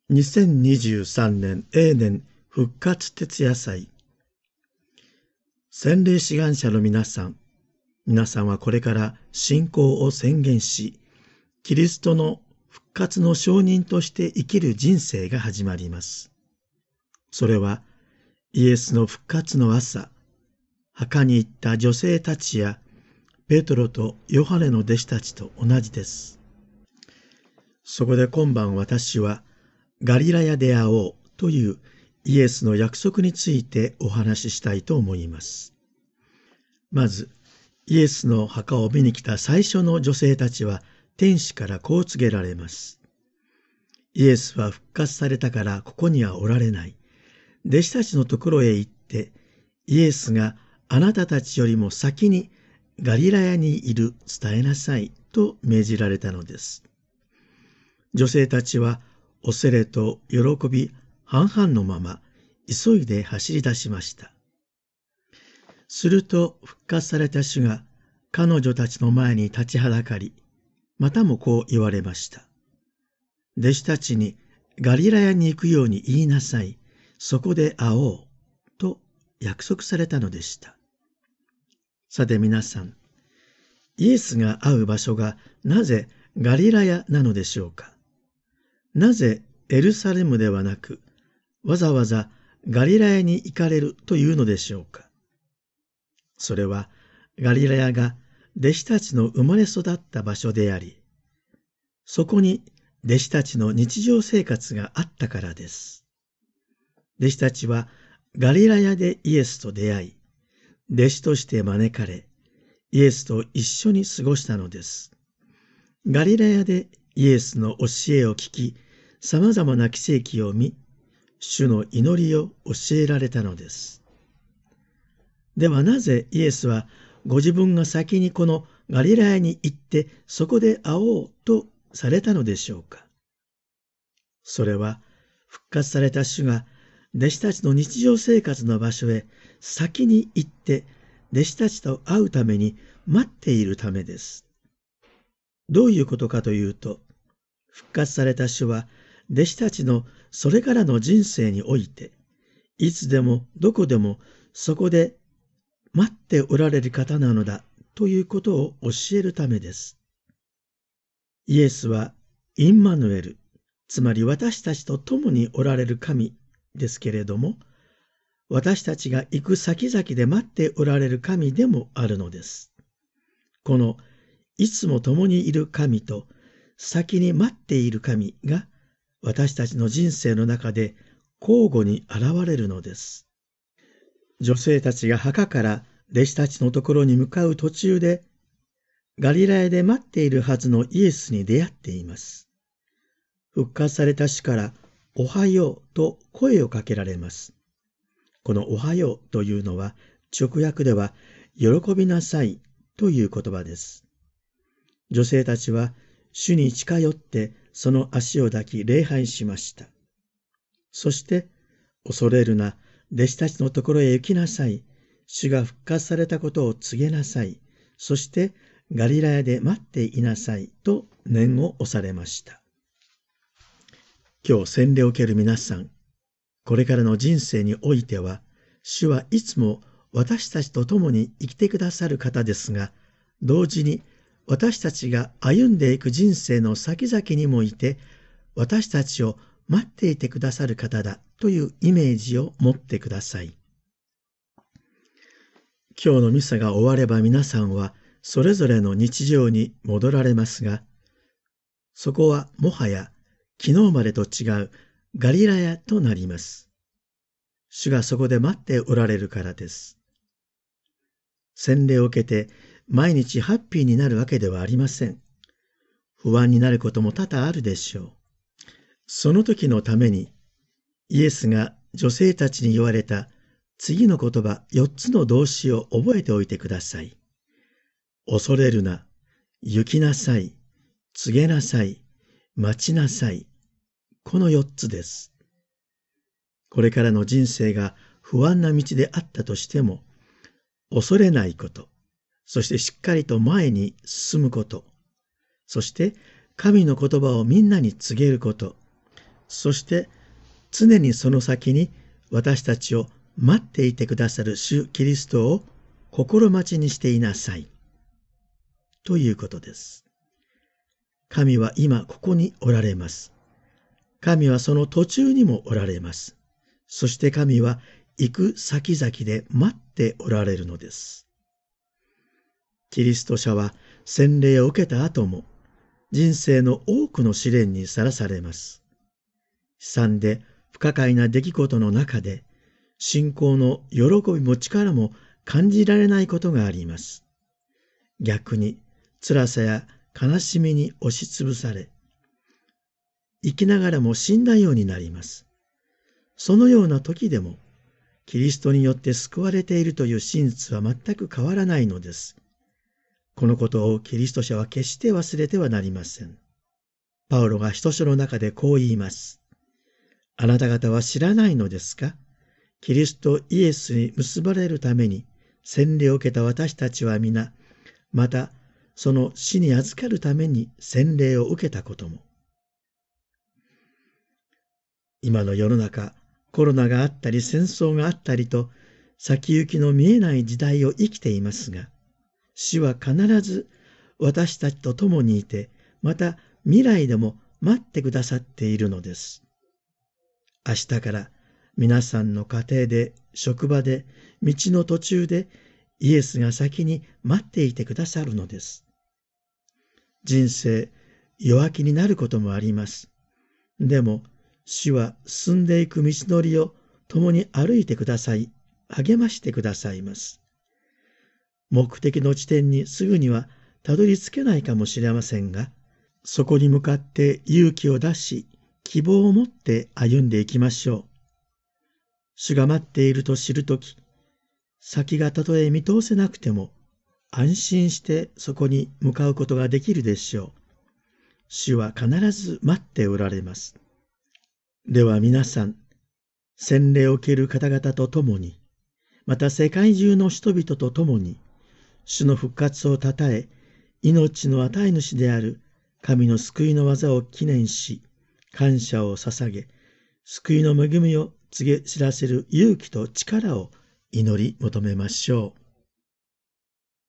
2023年永年復活徹夜祭。洗礼志願者の皆さんはこれから信仰を宣言し、キリストの復活の証人として生きる人生が始まります。それはイエスの復活の朝、墓に行った女性たちやペトロとヨハネの弟子たちと同じです。そこで今晩私はガリラヤで会おうというイエスの約束についてお話ししたいと思います。まず、イエスの墓を見に来た最初の女性たちは天使からこう告げられます。イエスは復活されたからここにはおられない。弟子たちのところへ行って、イエスがあなたたちよりも先にガリラヤにいる伝えなさいと命じられたのです。女性たちは恐れと喜び半々のまま急いで走り出しました。すると復活された主が彼女たちの前に立ちはだかり、またもこう言われました。弟子たちにガリラヤに行くように言いなさい。そこで会おう。と約束されたのでした。さて皆さん、イエスが会う場所がなぜガリラヤなのでしょうか。なぜエルサレムではなく、わざわざガリラヤに行かれるというのでしょうか。それはガリラヤが弟子たちの生まれ育った場所であり、そこに弟子たちの日常生活があったからです。弟子たちはガリラヤでイエスと出会い、弟子として招かれ、イエスと一緒に過ごしたのです。ガリラヤでイエスの教えを聞き、さまざまな奇跡を見、主の祈りを教えられたのです。ではなぜイエスはご自分が先にこのガリラヤに行ってそこで会おうとされたのでしょうか。それは復活された主が弟子たちの日常生活の場所へ先に行って弟子たちと会うために待っているためです。どういうことかというと、復活された主は弟子たちのそれからの人生において、いつでもどこでもそこで待っておられる方なのだということを教えるためです。イエスはインマヌエル、つまり私たちと共におられる神ですけれども、私たちが行く先々で待っておられる神でもあるのです。このいつも共にいる神と先に待っている神が私たちの人生の中で交互に現れるのです。女性たちが墓から弟子たちのところに向かう途中で、ガリラヤで待っているはずのイエスに出会っています。復活された主からおはようと声をかけられます。このおはようというのは直訳では喜びなさいという言葉です。女性たちは主に近寄ってその足を抱き礼拝しました。そして恐れるな、弟子たちのところへ行きなさい。主が復活されたことを告げなさい。そしてガリラヤで待っていなさいと念を押されました。今日洗礼を受ける皆さん、これからの人生においては、主はいつも私たちと共に生きてくださる方ですが、同時に私たちが歩んでいく人生の先々にもいて、私たちを待っていてくださる方だというイメージを持ってください。今日のミサが終われば皆さんはそれぞれの日常に戻られますが、そこはもはや昨日までと違うガリラヤとなります。主がそこで待っておられるからです。洗礼を受けて毎日ハッピーになるわけではありません。不安になることも多々あるでしょう。その時のために、イエスが女性たちに言われた次の言葉4つの動詞を覚えておいてください。恐れるな、行きなさい、告げなさい、待ちなさい。この4つです。これからの人生が不安な道であったとしても、恐れないこと、そしてしっかりと前に進むこと、そして神の言葉をみんなに告げること、 そして常にその先に私たちを待っていてくださる主キリストを心待ちにしていなさい。ということです。神は今ここにおられます。神はその途中にもおられます。そして神は行く先々で待っておられるのです。キリスト者は洗礼を受けた後も人生の多くの試練にさらされます。悲惨で不可解な出来事の中で信仰の喜びも力も感じられないことがあります。逆に辛さや悲しみに押しつぶされ、生きながらも死んだようになります。そのような時でも、キリストによって救われているという真実は全く変わらないのです。このことをキリスト者は決して忘れてはなりません。パウロが使徒書の中でこう言います。あなた方は知らないのですか？キリストイエスに結ばれるために洗礼を受けた私たちは皆、またその死に預かるために洗礼を受けたことも。今の世の中、コロナがあったり戦争があったりと、先行きの見えない時代を生きていますが、主は必ず私たちと共にいて、また未来でも待ってくださっているのです。明日から皆さんの家庭で、職場で、道の途中で、イエスが先に待っていてくださるのです。人生、弱気になることもあります。でも、主は進んでいく道のりを共に歩いてください、励ましてくださいます。目的の地点にすぐにはたどり着けないかもしれませんが、そこに向かって勇気を出し、希望を持って歩んでいきましょう。主が待っていると知るとき、先がたとえ見通せなくても、安心してそこに向かうことができるでしょう。主は必ず待っておられます。では皆さん、洗礼を受ける方々と共に、また世界中の人々と共に、主の復活をたたえ、命の与え主である神の救いの技を記念し、感謝を捧げ、救いの恵みを告げ知らせる勇気と力を祈り求めましょう。